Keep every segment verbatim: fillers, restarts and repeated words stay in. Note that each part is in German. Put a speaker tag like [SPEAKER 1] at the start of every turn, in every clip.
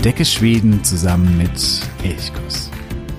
[SPEAKER 1] Entdecke Schweden zusammen mit Elchkuss.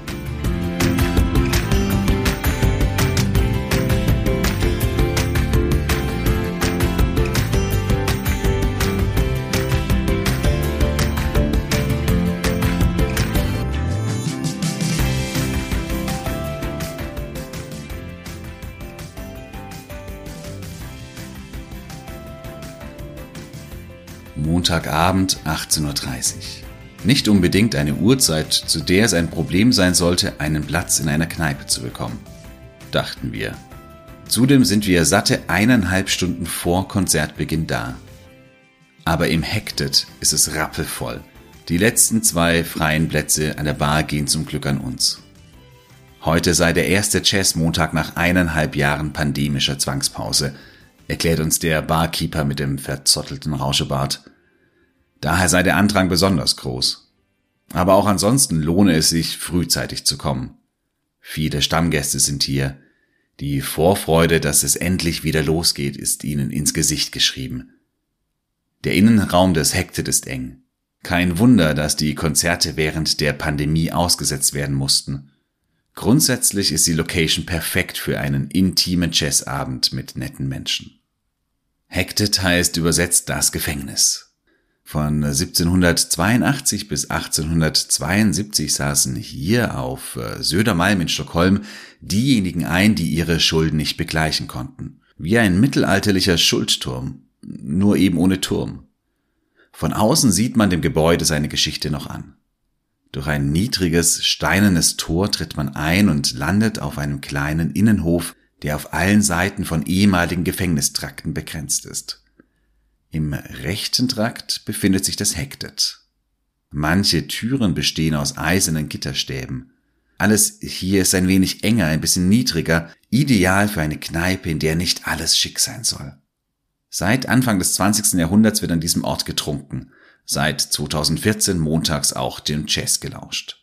[SPEAKER 2] Montagabend, achtzehn Uhr dreißig. Nicht unbedingt eine Uhrzeit, zu der es ein Problem sein sollte, einen Platz in einer Kneipe zu bekommen, dachten wir. Zudem sind wir satte eineinhalb Stunden vor Konzertbeginn da. Aber im Hektet ist es rappelvoll. Die letzten zwei freien Plätze an der Bar gehen zum Glück an uns. Heute sei der erste Jazzmontag nach eineinhalb Jahren pandemischer Zwangspause, erklärt uns der Barkeeper mit dem verzottelten Rauschebart. Daher sei der Andrang besonders groß. Aber auch ansonsten lohne es sich, frühzeitig zu kommen. Viele Stammgäste sind hier. Die Vorfreude, dass es endlich wieder losgeht, ist ihnen ins Gesicht geschrieben. Der Innenraum des Hektet ist eng. Kein Wunder, dass die Konzerte während der Pandemie ausgesetzt werden mussten. Grundsätzlich ist die Location perfekt für einen intimen Jazzabend mit netten Menschen. Hektet heißt übersetzt das Gefängnis. Von siebzehnhundertzweiundachtzig bis achtzehnhundertzweiundsiebzig saßen hier auf Södermalm in Stockholm diejenigen ein, die ihre Schulden nicht begleichen konnten. Wie ein mittelalterlicher Schuldturm, nur eben ohne Turm. Von außen sieht man dem Gebäude seine Geschichte noch an. Durch ein niedriges, steinernes Tor tritt man ein und landet auf einem kleinen Innenhof, der auf allen Seiten von ehemaligen Gefängnistrakten begrenzt ist. Im rechten Trakt befindet sich das Hektet. Manche Türen bestehen aus eisernen Gitterstäben. Alles hier ist ein wenig enger, ein bisschen niedriger, ideal für eine Kneipe, in der nicht alles schick sein soll. Seit Anfang des zwanzigsten Jahrhunderts wird an diesem Ort getrunken. Seit zweitausendvierzehn montags auch dem Jazz gelauscht.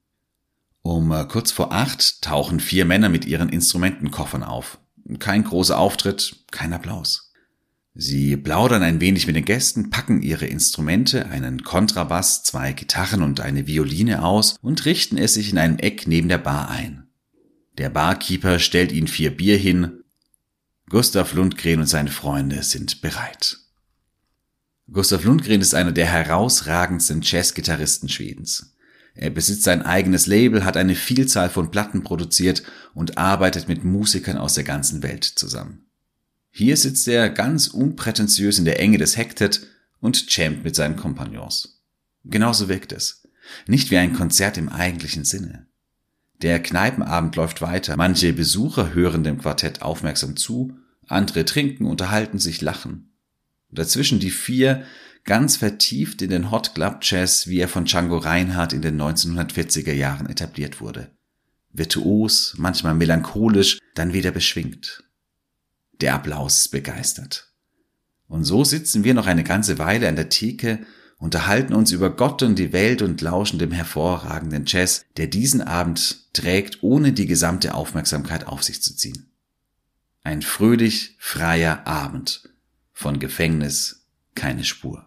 [SPEAKER 2] Um kurz vor acht tauchen vier Männer mit ihren Instrumentenkoffern auf. Kein großer Auftritt, kein Applaus. Sie plaudern ein wenig mit den Gästen, packen ihre Instrumente, einen Kontrabass, zwei Gitarren und eine Violine aus und richten es sich in einem Eck neben der Bar ein. Der Barkeeper stellt ihnen vier Bier hin. Gustav Lundgren und seine Freunde sind bereit. Gustav Lundgren ist einer der herausragendsten Jazzgitarristen Schwedens. Er besitzt sein eigenes Label, hat eine Vielzahl von Platten produziert und arbeitet mit Musikern aus der ganzen Welt zusammen. Hier sitzt er ganz unprätentiös in der Enge des Hektet und jammt mit seinen Kompagnons. Genauso wirkt es. Nicht wie ein Konzert im eigentlichen Sinne. Der Kneipenabend läuft weiter. Manche Besucher hören dem Quartett aufmerksam zu, andere trinken, unterhalten sich, lachen. Dazwischen die vier, ganz vertieft in den Hot Club Jazz, wie er von Django Reinhardt in den neunzehnhundertvierziger Jahren etabliert wurde. Virtuos, manchmal melancholisch, dann wieder beschwingt. Der Applaus ist begeistert. Und so sitzen wir noch eine ganze Weile an der Theke, unterhalten uns über Gott und die Welt und lauschen dem hervorragenden Jazz, der diesen Abend trägt, ohne die gesamte Aufmerksamkeit auf sich zu ziehen. Ein fröhlich, freier Abend. Von Gefängnis keine Spur.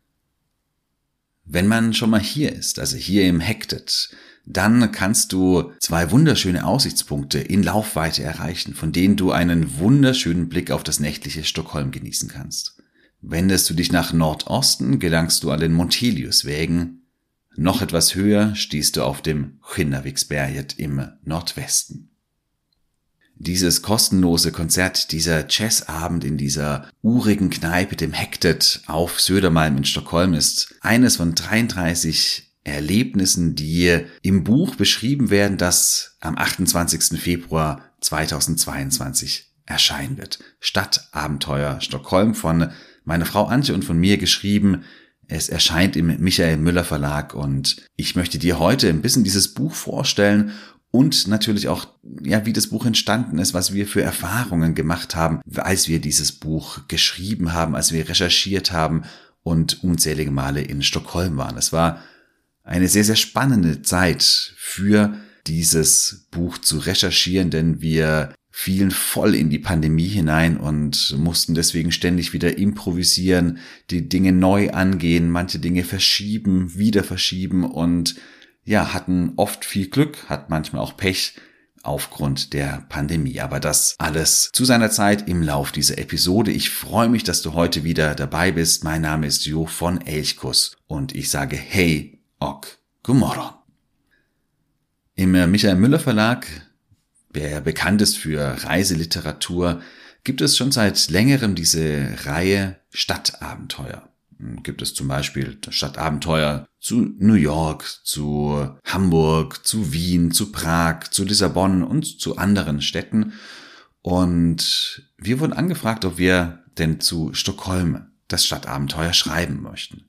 [SPEAKER 2] Wenn man schon mal hier ist, also hier im Hektet, dann kannst du zwei wunderschöne Aussichtspunkte in Laufweite erreichen, von denen du einen wunderschönen Blick auf das nächtliche Stockholm genießen kannst. Wendest du dich nach Nordosten, gelangst du an den Monteliusvägen. Noch etwas höher stehst du auf dem Kinnarviksberget im Nordwesten. Dieses kostenlose Konzert, dieser Jazzabend in dieser urigen Kneipe, dem Hektet auf Södermalm in Stockholm, ist eines von dreiunddreißig Erlebnissen, die im Buch beschrieben werden, das am achtundzwanzigsten Februar zweitausendzweiundzwanzig erscheinen wird. Stadtabenteuer Stockholm von meiner Frau Antje und von mir geschrieben. Es erscheint im Michael Müller Verlag und ich möchte dir heute ein bisschen dieses Buch vorstellen und natürlich auch, ja, wie das Buch entstanden ist, was wir für Erfahrungen gemacht haben, als wir dieses Buch geschrieben haben, als wir recherchiert haben und unzählige Male in Stockholm waren. Es war eine sehr, sehr spannende Zeit für dieses Buch zu recherchieren, denn wir fielen voll in die Pandemie hinein und mussten deswegen ständig wieder improvisieren, die Dinge neu angehen, manche Dinge verschieben, wieder verschieben und ja, hatten oft viel Glück, hat manchmal auch Pech aufgrund der Pandemie. Aber das alles zu seiner Zeit im Lauf dieser Episode. Ich freue mich, dass du heute wieder dabei bist. Mein Name ist Jo von Elchkuss und ich sage Hey, ok, gomorron. Im Michael Müller Verlag, der bekannt ist für Reiseliteratur, gibt es schon seit längerem diese Reihe Stadtabenteuer. Gibt es zum Beispiel Stadtabenteuer zu New York, zu Hamburg, zu Wien, zu Prag, zu Lissabon und zu anderen Städten. Und wir wurden angefragt, ob wir denn zu Stockholm das Stadtabenteuer schreiben möchten.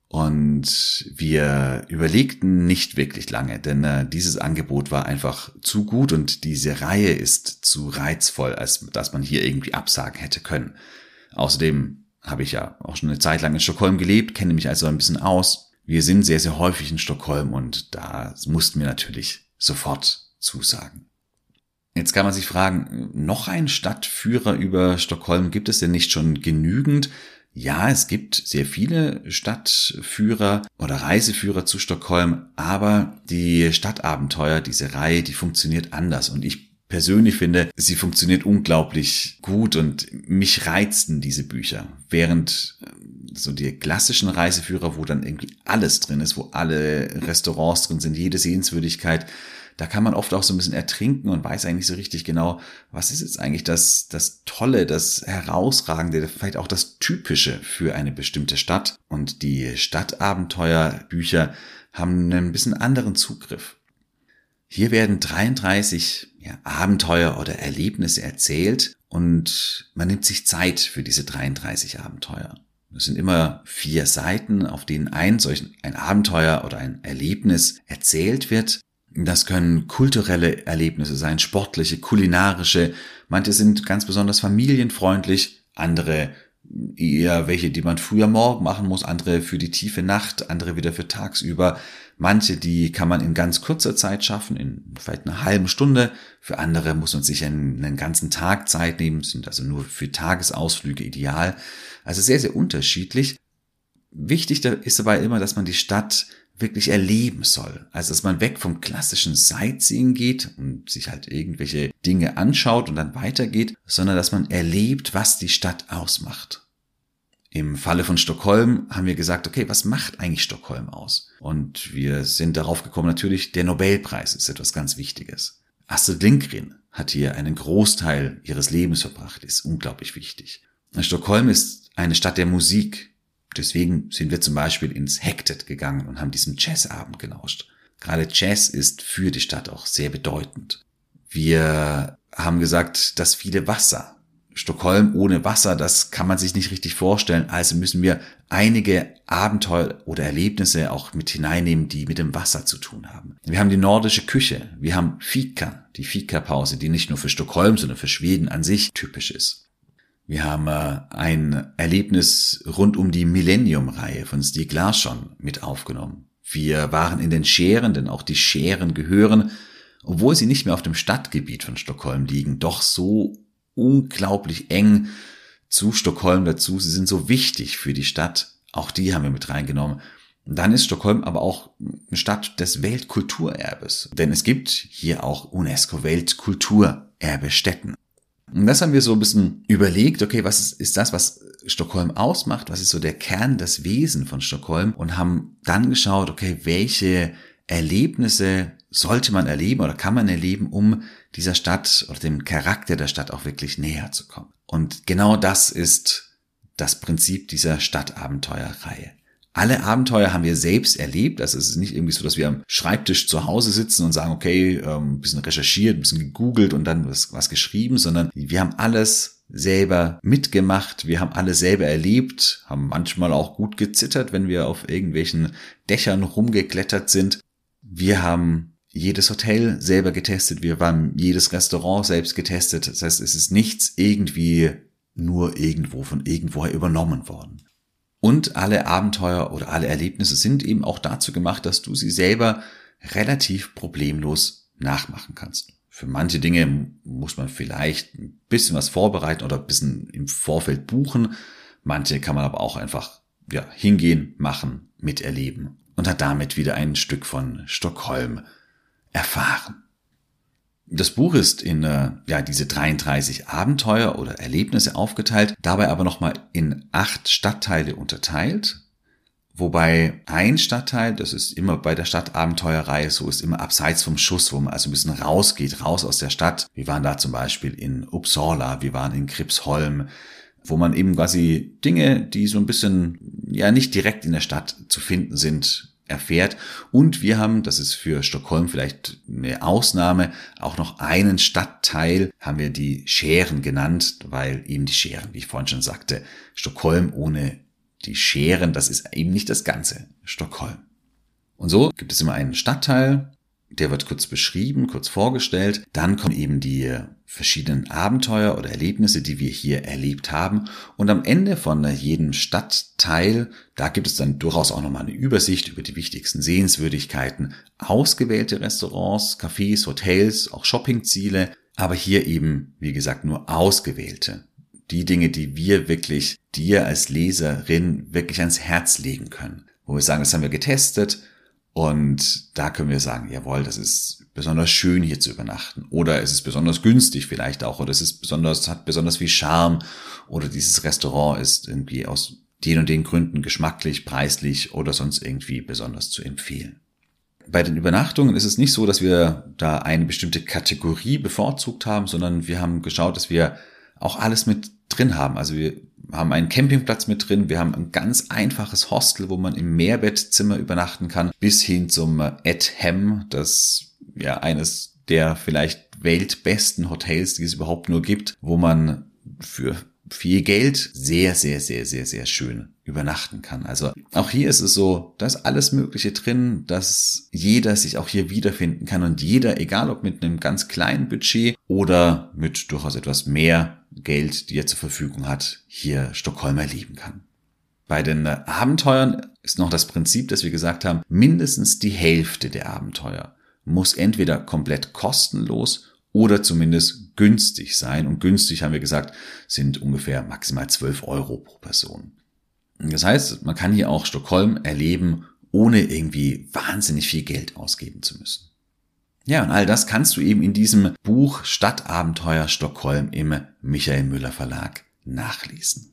[SPEAKER 2] Und wir überlegten nicht wirklich lange, denn äh, dieses Angebot war einfach zu gut und diese Reihe ist zu reizvoll, als dass man hier irgendwie absagen hätte können. Außerdem habe ich ja auch schon eine Zeit lang in Stockholm gelebt, kenne mich also ein bisschen aus. Wir sind sehr, sehr häufig in Stockholm und da mussten wir natürlich sofort zusagen. Jetzt kann man sich fragen, noch ein Stadtführer über Stockholm, gibt es denn nicht schon genügend? Ja, es gibt sehr viele Stadtführer oder Reiseführer zu Stockholm, aber die Stadtabenteuer, diese Reihe, die funktioniert anders und ich persönlich finde, sie funktioniert unglaublich gut und mich reizten diese Bücher. Während so die klassischen Reiseführer, wo dann irgendwie alles drin ist, wo alle Restaurants drin sind, jede Sehenswürdigkeit, da kann man oft auch so ein bisschen ertrinken und weiß eigentlich so richtig genau, was ist jetzt eigentlich das, das Tolle, das Herausragende, vielleicht auch das Typische für eine bestimmte Stadt. Und die Stadtabenteuerbücher haben einen bisschen anderen Zugriff. Hier werden dreiunddreißig ja, Abenteuer oder Erlebnisse erzählt und man nimmt sich Zeit für diese dreiunddreißig Abenteuer. Es sind immer vier Seiten, auf denen ein solch ein Abenteuer oder ein Erlebnis erzählt wird. Das können kulturelle Erlebnisse sein, sportliche, kulinarische. Manche sind ganz besonders familienfreundlich, andere eher welche, die man früh am Morgen machen muss, andere für die tiefe Nacht, andere wieder für tagsüber. Manche, die kann man in ganz kurzer Zeit schaffen, in vielleicht einer halben Stunde. Für andere muss man sich einen, einen ganzen Tag Zeit nehmen, sind also nur für Tagesausflüge ideal. Also sehr, sehr unterschiedlich. Wichtig ist dabei immer, dass man die Stadt wirklich erleben soll. Also, dass man weg vom klassischen Sightseeing geht und sich halt irgendwelche Dinge anschaut und dann weitergeht, sondern dass man erlebt, was die Stadt ausmacht. Im Falle von Stockholm haben wir gesagt, okay, was macht eigentlich Stockholm aus? Und wir sind darauf gekommen, natürlich, der Nobelpreis ist etwas ganz Wichtiges. Astrid Lindgren hat hier einen Großteil ihres Lebens verbracht, ist unglaublich wichtig. Stockholm ist eine Stadt der Musik. Deswegen sind wir zum Beispiel ins Hektet gegangen und haben diesem Jazzabend gelauscht. Gerade Jazz ist für die Stadt auch sehr bedeutend. Wir haben gesagt, das viele Wasser. Stockholm ohne Wasser, das kann man sich nicht richtig vorstellen. Also müssen wir einige Abenteuer oder Erlebnisse auch mit hineinnehmen, die mit dem Wasser zu tun haben. Wir haben die nordische Küche. Wir haben Fika, die Fika-Pause, die nicht nur für Stockholm, sondern für Schweden an sich typisch ist. Wir haben äh, ein Erlebnis rund um die Millennium-Reihe von Stieg Larsson mit aufgenommen. Wir waren in den Schären, denn auch die Schären gehören, obwohl sie nicht mehr auf dem Stadtgebiet von Stockholm liegen, doch so unglaublich eng zu Stockholm dazu. Sie sind so wichtig für die Stadt. Auch die haben wir mit reingenommen. Und dann ist Stockholm aber auch eine Stadt des Weltkulturerbes, denn es gibt hier auch UNESCO-Weltkulturerbestätten. Und das haben wir so ein bisschen überlegt, okay, was ist, ist das, was Stockholm ausmacht, was ist so der Kern, das Wesen von Stockholm und haben dann geschaut, okay, welche Erlebnisse sollte man erleben oder kann man erleben, um dieser Stadt oder dem Charakter der Stadt auch wirklich näher zu kommen. Und genau das ist das Prinzip dieser Stadtabenteuerreihe. Alle Abenteuer haben wir selbst erlebt. Also es ist nicht irgendwie so, dass wir am Schreibtisch zu Hause sitzen und sagen, okay, ein bisschen recherchiert, ein bisschen gegoogelt und dann was, was geschrieben, sondern wir haben alles selber mitgemacht, wir haben alles selber erlebt, haben manchmal auch gut gezittert, wenn wir auf irgendwelchen Dächern rumgeklettert sind. Wir haben jedes Hotel selber getestet, wir haben jedes Restaurant selbst getestet. Das heißt, es ist nichts irgendwie nur irgendwo von irgendwoher übernommen worden. Und alle Abenteuer oder alle Erlebnisse sind eben auch dazu gemacht, dass du sie selber relativ problemlos nachmachen kannst. Für manche Dinge muss man vielleicht ein bisschen was vorbereiten oder ein bisschen im Vorfeld buchen. Manche kann man aber auch einfach ja, hingehen, machen, miterleben und hat damit wieder ein Stück von Stockholm erfahren. Das Buch ist in äh, ja diese dreiunddreißig Abenteuer oder Erlebnisse aufgeteilt, dabei aber nochmal in acht Stadtteile unterteilt. Wobei ein Stadtteil, das ist immer bei der Stadtabenteuerreihe so, ist immer abseits vom Schuss, wo man also ein bisschen rausgeht, raus aus der Stadt. Wir waren da zum Beispiel in Uppsala, wir waren in Gripsholm, wo man eben quasi Dinge, die so ein bisschen, ja nicht direkt in der Stadt zu finden sind, erfährt. Und wir haben, das ist für Stockholm vielleicht eine Ausnahme, auch noch einen Stadtteil, haben wir die Schären genannt, weil eben die Schären, wie ich vorhin schon sagte, Stockholm ohne die Schären, das ist eben nicht das ganze Stockholm. Und so gibt es immer einen Stadtteil, der wird kurz beschrieben, kurz vorgestellt. Dann kommen eben die verschiedenen Abenteuer oder Erlebnisse, die wir hier erlebt haben. Und am Ende von jedem Stadtteil, da gibt es dann durchaus auch nochmal eine Übersicht über die wichtigsten Sehenswürdigkeiten, ausgewählte Restaurants, Cafés, Hotels, auch Shoppingziele, aber hier eben, wie gesagt, nur ausgewählte. Die Dinge, die wir wirklich dir als Leserin wirklich ans Herz legen können. Wo wir sagen, das haben wir getestet und da können wir sagen, jawohl, das ist besonders schön hier zu übernachten. Oder es ist besonders günstig vielleicht auch. Oder es ist besonders, hat besonders viel Charme. Oder dieses Restaurant ist irgendwie aus den und den Gründen geschmacklich, preislich oder sonst irgendwie besonders zu empfehlen. Bei den Übernachtungen ist es nicht so, dass wir da eine bestimmte Kategorie bevorzugt haben, sondern wir haben geschaut, dass wir auch alles mit drin haben. Also wir haben einen Campingplatz mit drin, wir haben ein ganz einfaches Hostel, wo man im Mehrbettzimmer übernachten kann, bis hin zum Ed Hem, das ja eines der vielleicht weltbesten Hotels, die es überhaupt nur gibt, wo man für viel Geld sehr, sehr, sehr, sehr, sehr schön übernachten kann. Also auch hier ist es so, da ist alles Mögliche drin, dass jeder sich auch hier wiederfinden kann und jeder, egal ob mit einem ganz kleinen Budget oder mit durchaus etwas mehr Geld, die er zur Verfügung hat, hier Stockholm erleben kann. Bei den Abenteuern ist noch das Prinzip, dass wir gesagt haben, mindestens die Hälfte der Abenteuer muss entweder komplett kostenlos oder zumindest günstig sein. Und günstig, haben wir gesagt, sind ungefähr maximal zwölf Euro pro Person. Das heißt, man kann hier auch Stockholm erleben, ohne irgendwie wahnsinnig viel Geld ausgeben zu müssen. Ja, und all das kannst du eben in diesem Buch Stadtabenteuer Stockholm im Michael Müller Verlag nachlesen.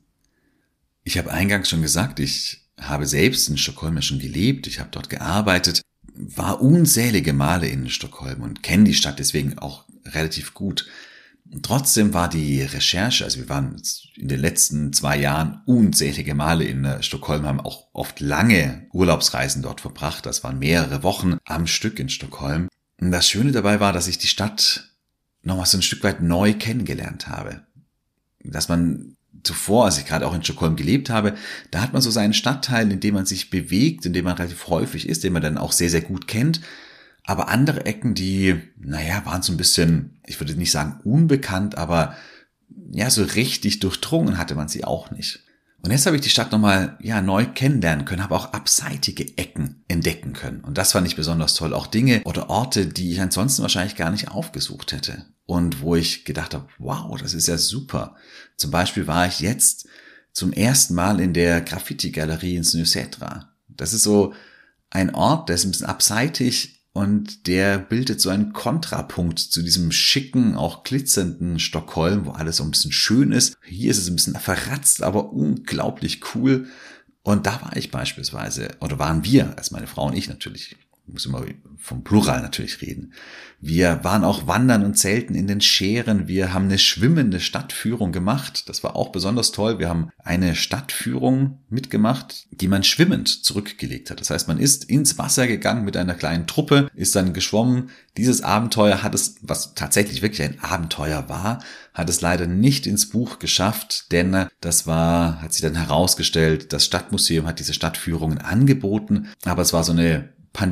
[SPEAKER 2] Ich habe eingangs schon gesagt, ich habe selbst in Stockholm ja schon gelebt, ich habe dort gearbeitet, war unzählige Male in Stockholm und kenne die Stadt deswegen auch relativ gut. Trotzdem war die Recherche, also wir waren in den letzten zwei Jahren unzählige Male in Stockholm, haben auch oft lange Urlaubsreisen dort verbracht, das waren mehrere Wochen am Stück in Stockholm. Und das Schöne dabei war, dass ich die Stadt nochmal so ein Stück weit neu kennengelernt habe. Dass man zuvor, als ich gerade auch in Stockholm gelebt habe, da hat man so seinen Stadtteil, in dem man sich bewegt, in dem man relativ häufig ist, den man dann auch sehr, sehr gut kennt. Aber andere Ecken, die, naja, waren so ein bisschen, ich würde nicht sagen unbekannt, aber ja, so richtig durchdrungen hatte man sie auch nicht. Und jetzt habe ich die Stadt nochmal ja, neu kennenlernen können, habe auch abseitige Ecken entdecken können. Und das fand ich besonders toll. Auch Dinge oder Orte, die ich ansonsten wahrscheinlich gar nicht aufgesucht hätte. Und wo ich gedacht habe, wow, das ist ja super. Zum Beispiel war ich jetzt zum ersten Mal in der Graffiti-Galerie in Snösätra. Das ist so ein Ort, der ist ein bisschen abseitig und der bildet so einen Kontrapunkt zu diesem schicken, auch glitzernden Stockholm, wo alles so ein bisschen schön ist. Hier ist es ein bisschen verratzt, aber unglaublich cool. Und da war ich beispielsweise, oder waren wir, als meine Frau und ich natürlich, ich muss immer vom Plural natürlich reden. Wir waren auch wandern und zelten in den Schären. Wir haben eine schwimmende Stadtführung gemacht. Das war auch besonders toll. Wir haben eine Stadtführung mitgemacht, die man schwimmend zurückgelegt hat. Das heißt, man ist ins Wasser gegangen mit einer kleinen Truppe, ist dann geschwommen. Dieses Abenteuer hat es, was tatsächlich wirklich ein Abenteuer war, hat es leider nicht ins Buch geschafft, denn das war, hat sich dann herausgestellt, das Stadtmuseum hat diese Stadtführungen angeboten, aber es war so eine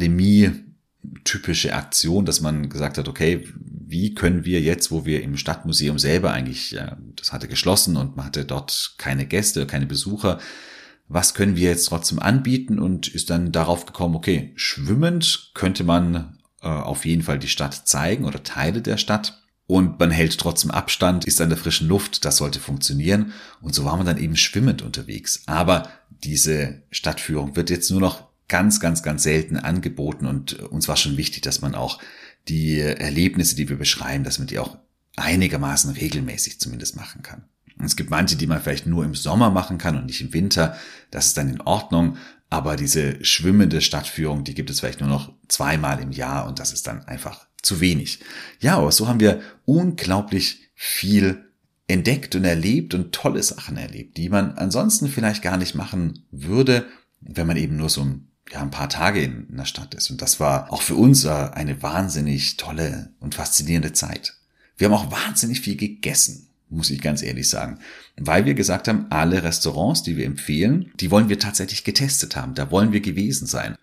[SPEAKER 2] Pandemie-typische Aktion, dass man gesagt hat, okay, wie können wir jetzt, wo wir im Stadtmuseum selber eigentlich, das hatte geschlossen und man hatte dort keine Gäste, keine Besucher, was können wir jetzt trotzdem anbieten und ist dann darauf gekommen, okay, schwimmend könnte man äh, auf jeden Fall die Stadt zeigen oder Teile der Stadt. Und man hält trotzdem Abstand, ist an der frischen Luft, das sollte funktionieren. Und so war man dann eben schwimmend unterwegs. Aber diese Stadtführung wird jetzt nur noch ganz, ganz, ganz selten angeboten. Und uns war schon wichtig, dass man auch die Erlebnisse, die wir beschreiben, dass man die auch einigermaßen regelmäßig zumindest machen kann. Und es gibt manche, die man vielleicht nur im Sommer machen kann und nicht im Winter. Das ist dann in Ordnung. Aber diese schwimmende Stadtführung, die gibt es vielleicht nur noch zweimal im Jahr und das ist dann einfach zu wenig. Ja, aber so haben wir unglaublich viel entdeckt und erlebt und tolle Sachen erlebt, die man ansonsten vielleicht gar nicht machen würde, wenn man eben nur so ein, ja, ein paar Tage in einer Stadt ist. Und das war auch für uns eine wahnsinnig tolle und faszinierende Zeit. Wir haben auch wahnsinnig viel gegessen, muss ich ganz ehrlich sagen, weil wir gesagt haben, alle Restaurants, die wir empfehlen, die wollen wir tatsächlich getestet haben, da wollen wir gewesen sein.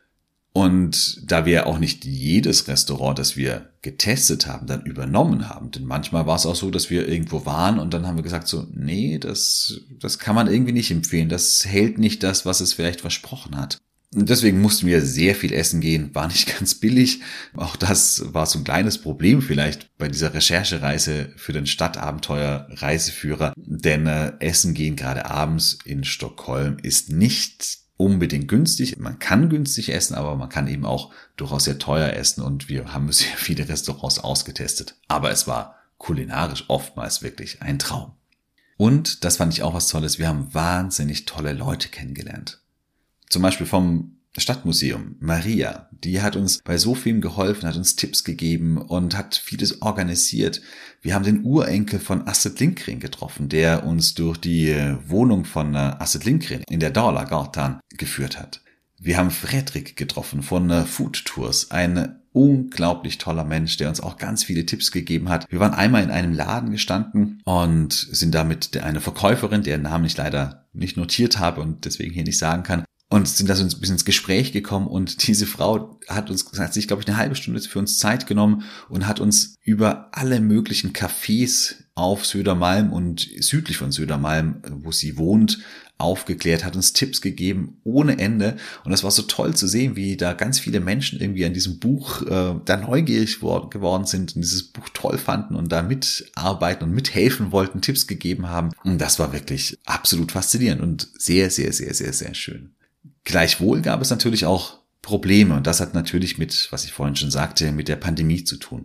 [SPEAKER 2] Und da wir auch nicht jedes Restaurant, das wir getestet haben, dann übernommen haben, denn manchmal war es auch so, dass wir irgendwo waren und dann haben wir gesagt so, nee, das, das kann man irgendwie nicht empfehlen, das hält nicht das, was es vielleicht versprochen hat. Und deswegen mussten wir sehr viel essen gehen, war nicht ganz billig. Auch das war so ein kleines Problem vielleicht bei dieser Recherchereise für den Stadtabenteuer-Reiseführer. Denn äh, Essen gehen gerade abends in Stockholm ist nicht unbedingt günstig. Man kann günstig essen, aber man kann eben auch durchaus sehr teuer essen. Und wir haben sehr viele Restaurants ausgetestet. Aber es war kulinarisch oftmals wirklich ein Traum. Und, das fand ich auch was Tolles, wir haben wahnsinnig tolle Leute kennengelernt. Zum Beispiel vom Stadtmuseum, Maria, die hat uns bei so vielen geholfen, hat uns Tipps gegeben und hat vieles organisiert. Wir haben den Urenkel von Astrid Lindgren getroffen, der uns durch die Wohnung von Astrid Lindgren in der Dahlagatan geführt hat. Wir haben Fredrik getroffen von Food Tours, ein unglaublich toller Mensch, der uns auch ganz viele Tipps gegeben hat. Wir waren einmal in einem Laden gestanden und sind da mit einer Verkäuferin, deren Namen ich leider nicht notiert habe und deswegen hier nicht sagen kann, und sind da so ein bisschen ins Gespräch gekommen und diese Frau hat uns, hat sich, glaube ich, eine halbe Stunde für uns Zeit genommen und hat uns über alle möglichen Cafés auf Södermalm und südlich von Södermalm, wo sie wohnt, aufgeklärt, hat uns Tipps gegeben ohne Ende. Und das war so toll zu sehen, wie da ganz viele Menschen irgendwie an diesem Buch äh, da neugierig worden, geworden sind und dieses Buch toll fanden und da mitarbeiten und mithelfen wollten, Tipps gegeben haben. Und das war wirklich absolut faszinierend und sehr, sehr, sehr, sehr, sehr schön. Gleichwohl gab es natürlich auch Probleme und das hat natürlich mit, was ich vorhin schon sagte, mit der Pandemie zu tun.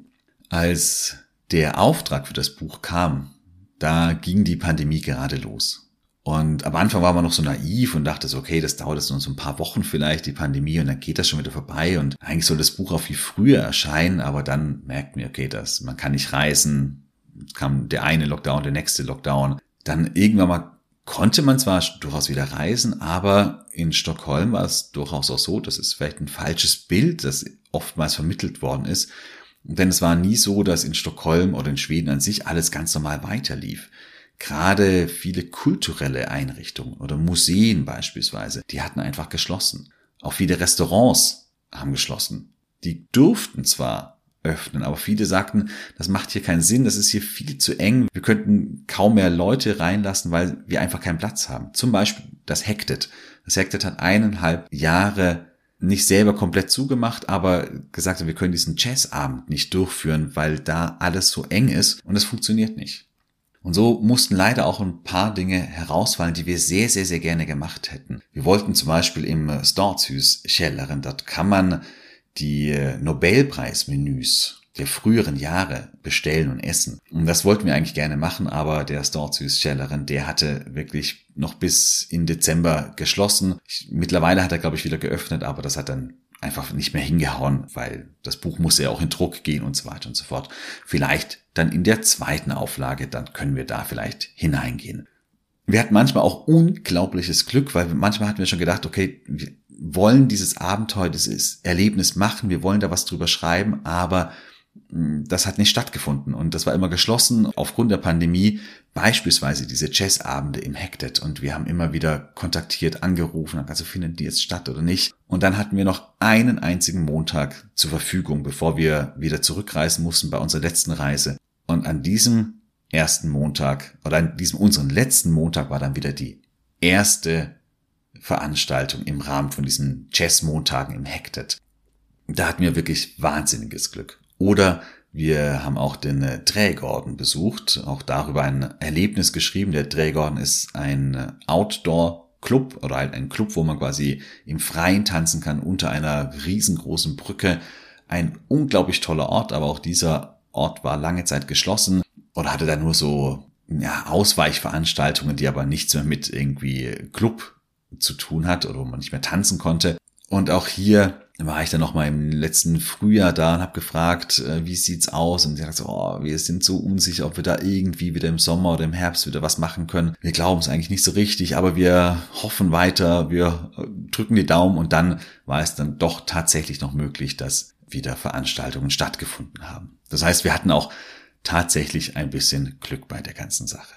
[SPEAKER 2] Als der Auftrag für das Buch kam, da ging die Pandemie gerade los. Und am Anfang war man noch so naiv und dachte so, okay, das dauert jetzt nur so ein paar Wochen vielleicht, die Pandemie, und dann geht das schon wieder vorbei und eigentlich soll das Buch auch viel früher erscheinen, aber dann merkten wir, okay, das, man kann nicht reisen, kam der eine Lockdown, der nächste Lockdown, dann irgendwann mal konnte man zwar durchaus wieder reisen, aber in Stockholm war es durchaus auch so, das ist vielleicht ein falsches Bild, das oftmals vermittelt worden ist, denn es war nie so, dass in Stockholm oder in Schweden an sich alles ganz normal weiterlief. Gerade viele kulturelle Einrichtungen oder Museen beispielsweise, die hatten einfach geschlossen. Auch viele Restaurants haben geschlossen. Die durften zwar öffnen, aber viele sagten, das macht hier keinen Sinn, das ist hier viel zu eng, wir könnten kaum mehr Leute reinlassen, weil wir einfach keinen Platz haben. Zum Beispiel das Hektet. Das Hektet hat eineinhalb Jahre nicht selber komplett zugemacht, aber gesagt, wir können diesen Jazzabend nicht durchführen, weil da alles so eng ist und es funktioniert nicht. Und so mussten leider auch ein paar Dinge herausfallen, die wir sehr, sehr, sehr gerne gemacht hätten. Wir wollten zum Beispiel im Stadshuskällaren, dort kann man die Nobelpreismenüs der früheren Jahre bestellen und essen. Und das wollten wir eigentlich gerne machen, aber der Stadshuskällaren, der hatte wirklich noch bis in Dezember geschlossen. Mittlerweile hat er, glaube ich, wieder geöffnet, aber das hat dann einfach nicht mehr hingehauen, weil das Buch musste ja auch in Druck gehen und so weiter und so fort. Vielleicht dann in der zweiten Auflage, dann können wir da vielleicht hineingehen. Wir hatten manchmal auch unglaubliches Glück, weil manchmal hatten wir schon gedacht, okay, wir wollen dieses Abenteuer, dieses Erlebnis machen, wir wollen da was drüber schreiben, aber das hat nicht stattgefunden und das war immer geschlossen aufgrund der Pandemie, beispielsweise diese Jazzabende im Hektet, und wir haben immer wieder kontaktiert, angerufen, also finden die jetzt statt oder nicht, und dann hatten wir noch einen einzigen Montag zur Verfügung, bevor wir wieder zurückreisen mussten bei unserer letzten Reise, und an diesem ersten Montag oder an diesem unseren letzten Montag war dann wieder die erste Veranstaltung im Rahmen von diesen Jazzmontagen im Hektet. Da hatten wir wirklich wahnsinniges Glück. Oder wir haben auch den Trägorden besucht, auch darüber ein Erlebnis geschrieben. Der Trägorden ist ein Outdoor-Club oder halt ein Club, wo man quasi im Freien tanzen kann unter einer riesengroßen Brücke. Ein unglaublich toller Ort, aber auch dieser Ort war lange Zeit geschlossen oder hatte da nur so ja, Ausweichveranstaltungen, die aber nichts mehr mit irgendwie Club zu tun hat oder wo man nicht mehr tanzen konnte. Und auch hier war ich dann noch mal im letzten Frühjahr da und habe gefragt, wie sieht's aus? Und sie hat gesagt, oh, wir sind so unsicher, ob wir da irgendwie wieder im Sommer oder im Herbst wieder was machen können. Wir glauben es eigentlich nicht so richtig, aber wir hoffen weiter, wir drücken die Daumen. Und dann war es dann doch tatsächlich noch möglich, dass wieder Veranstaltungen stattgefunden haben. Das heißt, wir hatten auch tatsächlich ein bisschen Glück bei der ganzen Sache.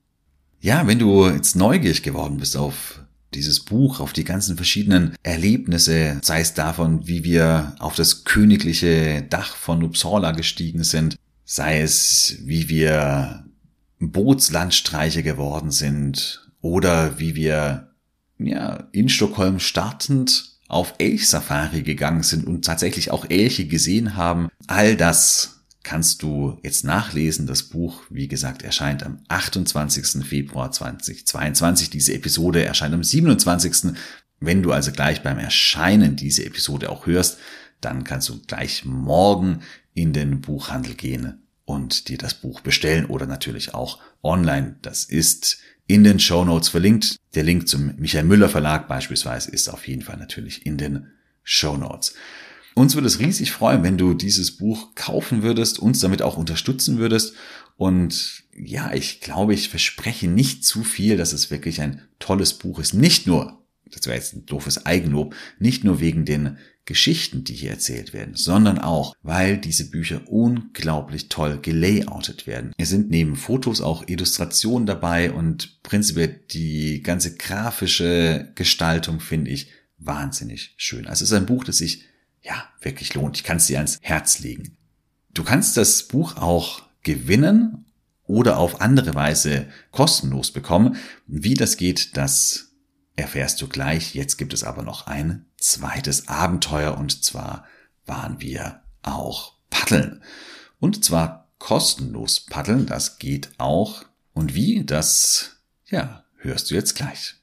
[SPEAKER 2] Ja, wenn du jetzt neugierig geworden bist auf dieses Buch, auf die ganzen verschiedenen Erlebnisse, sei es davon, wie wir auf das königliche Dach von Uppsala gestiegen sind, sei es, wie wir Bootslandstreicher geworden sind oder wie wir ja in Stockholm startend auf Elchsafari gegangen sind und tatsächlich auch Elche gesehen haben. All das kannst du jetzt nachlesen. Das Buch, wie gesagt, erscheint am achtundzwanzigsten Februar zweitausendzweiundzwanzig. Diese Episode erscheint am siebenundzwanzigsten Wenn du also gleich beim Erscheinen diese Episode auch hörst, dann kannst du gleich morgen in den Buchhandel gehen und dir das Buch bestellen oder natürlich auch online. Das ist in den Shownotes verlinkt. Der Link zum Michael Müller Verlag beispielsweise ist auf jeden Fall natürlich in den Shownotes. Uns würde es riesig freuen, wenn du dieses Buch kaufen würdest, uns damit auch unterstützen würdest. Und ja, ich glaube, ich verspreche nicht zu viel, dass es wirklich ein tolles Buch ist. Nicht nur, das wäre jetzt ein doofes Eigenlob, nicht nur wegen den Geschichten, die hier erzählt werden, sondern auch, weil diese Bücher unglaublich toll gelayoutet werden. Es sind neben Fotos auch Illustrationen dabei und prinzipiell die ganze grafische Gestaltung finde ich wahnsinnig schön. Also es ist ein Buch, das sich ja, wirklich lohnt. Ich kann es dir ans Herz legen. Du kannst das Buch auch gewinnen oder auf andere Weise kostenlos bekommen. Wie das geht, das erfährst du gleich. Jetzt gibt es aber noch ein zweites Abenteuer und zwar waren wir auch paddeln. Und zwar kostenlos paddeln, das geht auch. Und wie, das, ja, hörst du jetzt gleich.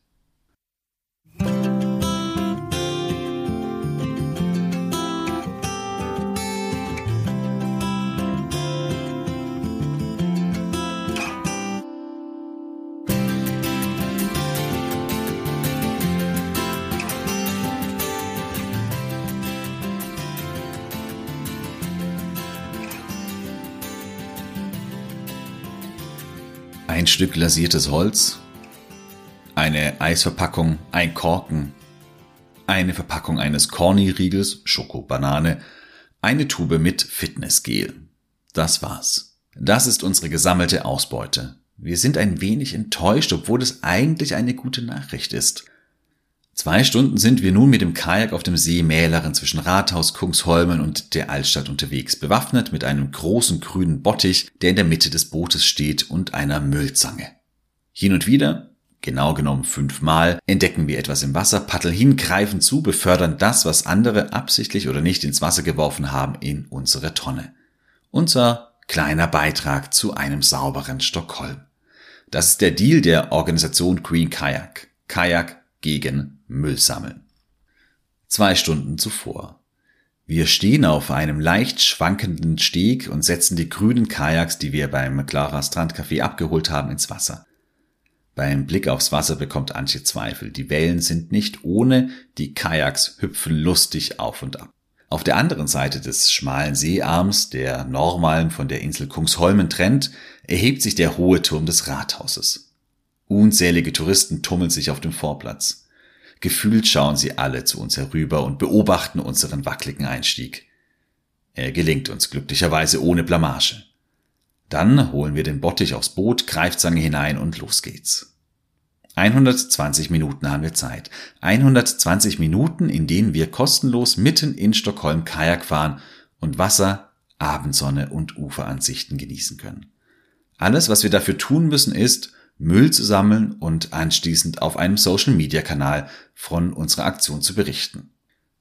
[SPEAKER 2] Ein Stück lasiertes Holz, eine Eisverpackung, ein Korken, eine Verpackung eines Corny-Riegels, Schoko-Banane, eine Tube mit Fitnessgel. Das war's. Das ist unsere gesammelte Ausbeute. Wir sind ein wenig enttäuscht, obwohl es eigentlich eine gute Nachricht ist. Zwei Stunden sind wir nun mit dem Kajak auf dem See Mälaren zwischen Rathaus, Kungsholmen und der Altstadt unterwegs, bewaffnet mit einem großen grünen Bottich, der in der Mitte des Bootes steht, und einer Müllzange. Hin und wieder, genau genommen fünfmal, entdecken wir etwas im Wasser, paddeln hin, greifen zu, befördern das, was andere absichtlich oder nicht ins Wasser geworfen haben, in unsere Tonne. Unser kleiner Beitrag zu einem sauberen Stockholm. Das ist der Deal der Organisation Green Kayak. Kajak gegen Müll sammeln. Zwei Stunden zuvor. Wir stehen auf einem leicht schwankenden Steg und setzen die grünen Kajaks, die wir beim Clara Strandcafé abgeholt haben, ins Wasser. Beim Blick aufs Wasser bekommt Antje Zweifel. Die Wellen sind nicht ohne, die Kajaks hüpfen lustig auf und ab. Auf der anderen Seite des schmalen Seearms, der Normalm von der Insel Kungsholmen trennt, erhebt sich der hohe Turm des Rathauses. Unzählige Touristen tummeln sich auf dem Vorplatz. Gefühlt schauen sie alle zu uns herüber und beobachten unseren wackeligen Einstieg. Er gelingt uns glücklicherweise ohne Blamage. Dann holen wir den Bottich aufs Boot, Greifzange hinein und los geht's. hundertzwanzig Minuten haben wir Zeit. hundertzwanzig Minuten, in denen wir kostenlos mitten in Stockholm Kajak fahren und Wasser, Abendsonne und Uferansichten genießen können. Alles, was wir dafür tun müssen, ist, Müll zu sammeln und anschließend auf einem Social-Media-Kanal von unserer Aktion zu berichten.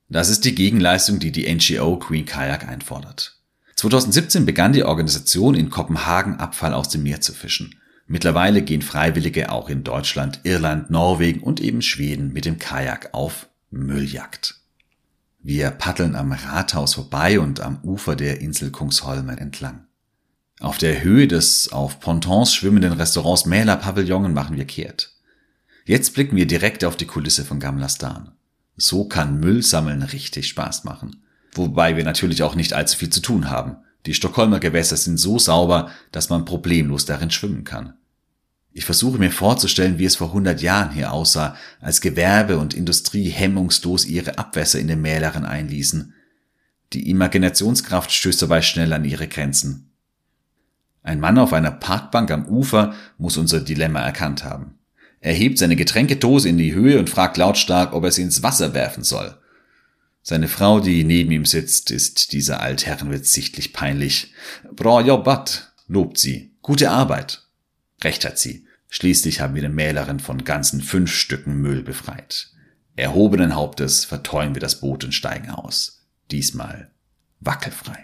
[SPEAKER 2] Das ist die Gegenleistung, die die N G O Green Kayak einfordert. zweitausendsiebzehn begann die Organisation in Kopenhagen Abfall aus dem Meer zu fischen. Mittlerweile gehen Freiwillige auch in Deutschland, Irland, Norwegen und eben Schweden mit dem Kajak auf Mülljagd. Wir paddeln am Rathaus vorbei und am Ufer der Insel Kungsholmen entlang. Auf der Höhe des auf Pontons schwimmenden Restaurants Mähler Pavillon machen wir kehrt. Jetzt blicken wir direkt auf die Kulisse von Gamla Stan. So kann Müll sammeln richtig Spaß machen. Wobei wir natürlich auch nicht allzu viel zu tun haben. Die Stockholmer Gewässer sind so sauber, dass man problemlos darin schwimmen kann. Ich versuche mir vorzustellen, wie es vor hundert Jahren hier aussah, als Gewerbe und Industrie hemmungslos ihre Abwässer in den Mäleren einließen. Die Imaginationskraft stößt dabei schnell an ihre Grenzen. Ein Mann auf einer Parkbank am Ufer muss unser Dilemma erkannt haben. Er hebt seine Getränkedose in die Höhe und fragt lautstark, ob er sie ins Wasser werfen soll. Seine Frau, die neben ihm sitzt, ist dieser Altherrenwitz sichtlich peinlich. Bra jobbat, lobt sie. Gute Arbeit. Recht hat sie. Schließlich haben wir den Mählerin von ganzen fünf Stücken Müll befreit. Erhobenen Hauptes verteuen wir das Boot und steigen aus. Diesmal wackelfrei.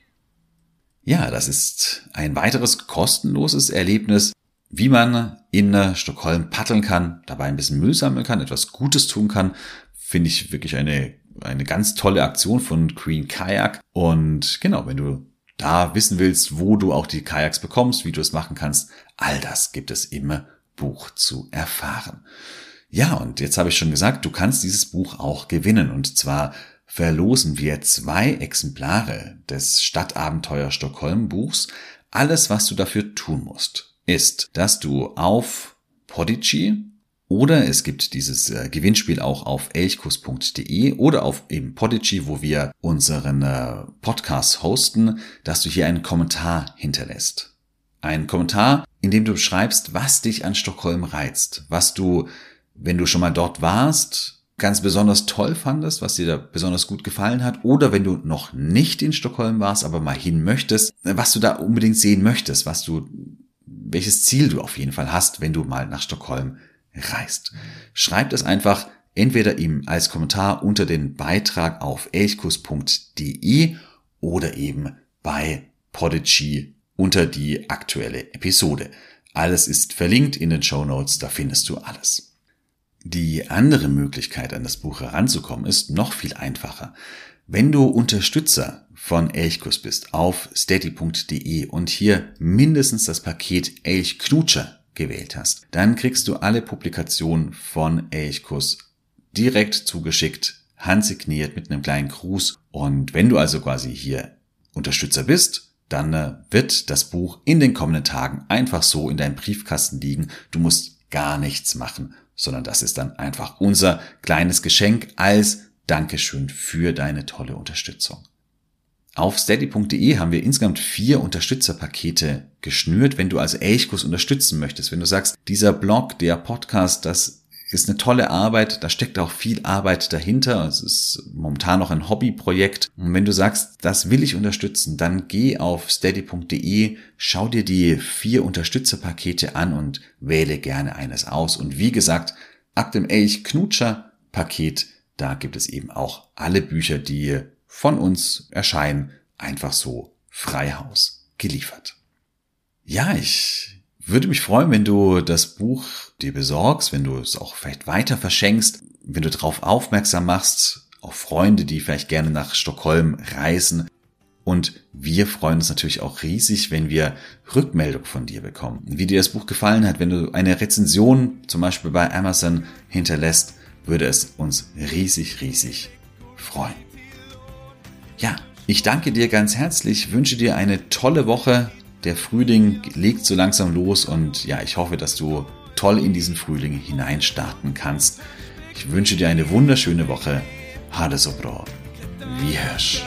[SPEAKER 2] Ja, das ist ein weiteres kostenloses Erlebnis, wie man in Stockholm paddeln kann, dabei ein bisschen Müll sammeln kann, etwas Gutes tun kann, finde ich wirklich eine, eine ganz tolle Aktion von Green Kayak. Und genau, wenn du da wissen willst, wo du auch die Kajaks bekommst, wie du es machen kannst, all das gibt es im Buch zu erfahren. Ja, und jetzt habe ich schon gesagt, du kannst dieses Buch auch gewinnen. Und zwar verlosen wir zwei Exemplare des Stadtabenteuer Stockholm Buchs. Alles, was du dafür tun musst, ist, dass du auf Podigy oder es gibt dieses äh, Gewinnspiel auch auf elchkuss punkt de oder auf eben Podigy, wo wir unseren äh, Podcast hosten, dass du hier einen Kommentar hinterlässt. Ein Kommentar, in dem du beschreibst, was dich an Stockholm reizt, was du, wenn du schon mal dort warst, ganz besonders toll fandest, was dir da besonders gut gefallen hat, oder wenn du noch nicht in Stockholm warst, aber mal hin möchtest, was du da unbedingt sehen möchtest, was du welches Ziel du auf jeden Fall hast, wenn du mal nach Stockholm reist. Schreib das einfach entweder ihm als Kommentar unter den Beitrag auf elchkuss punkt de oder eben bei Podigy unter die aktuelle Episode. Alles ist verlinkt in den Shownotes, da findest du alles. Die andere Möglichkeit, an das Buch heranzukommen, ist noch viel einfacher. Wenn du Unterstützer von Elchkuss bist auf steady punkt de und hier mindestens das Paket Elchknutscher gewählt hast, dann kriegst du alle Publikationen von Elchkuss direkt zugeschickt, handsigniert mit einem kleinen Gruß. Und wenn du also quasi hier Unterstützer bist, dann wird das Buch in den kommenden Tagen einfach so in deinem Briefkasten liegen. Du musst gar nichts machen, sondern das ist dann einfach unser kleines Geschenk als Dankeschön für deine tolle Unterstützung. Auf steady punkt de haben wir insgesamt vier Unterstützerpakete geschnürt. Wenn du also Elchkuss unterstützen möchtest, wenn du sagst, dieser Blog, der Podcast, das ist eine tolle Arbeit, da steckt auch viel Arbeit dahinter. Es ist momentan noch ein Hobbyprojekt. Und wenn du sagst, das will ich unterstützen, dann geh auf steady punkt de, schau dir die vier Unterstützerpakete an und wähle gerne eines aus. Und wie gesagt, ab dem Elch-Knutscher-Paket, da gibt es eben auch alle Bücher, die von uns erscheinen, einfach so frei Haus geliefert. Ja, ich würde mich freuen, wenn du das Buch dir besorgst, wenn du es auch vielleicht weiter verschenkst, wenn du darauf aufmerksam machst, auf Freunde, die vielleicht gerne nach Stockholm reisen. Und wir freuen uns natürlich auch riesig, wenn wir Rückmeldung von dir bekommen. Wie dir das Buch gefallen hat, wenn du eine Rezension zum Beispiel bei Amazon hinterlässt, würde es uns riesig, riesig freuen. Ja, ich danke dir ganz herzlich, wünsche dir eine tolle Woche. Der Frühling legt so langsam los und ja, ich hoffe, dass du toll in diesen Frühling hineinstarten kannst. Ich wünsche dir eine wunderschöne Woche. Ha det så bra. Vi hörs.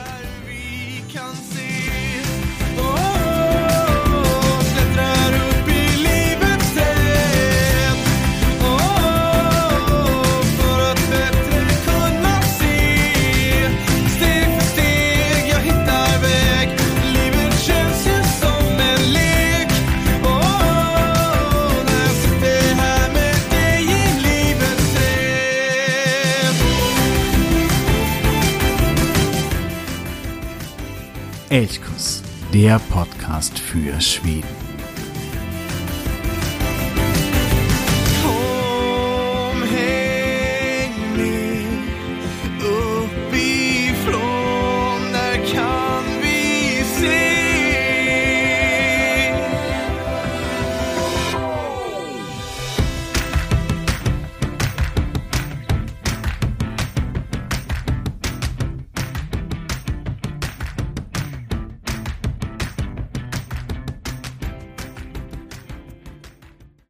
[SPEAKER 1] Elchkuss, der Podcast für Schweden.
[SPEAKER 3] Kom häng med uppifrån, där kan vi se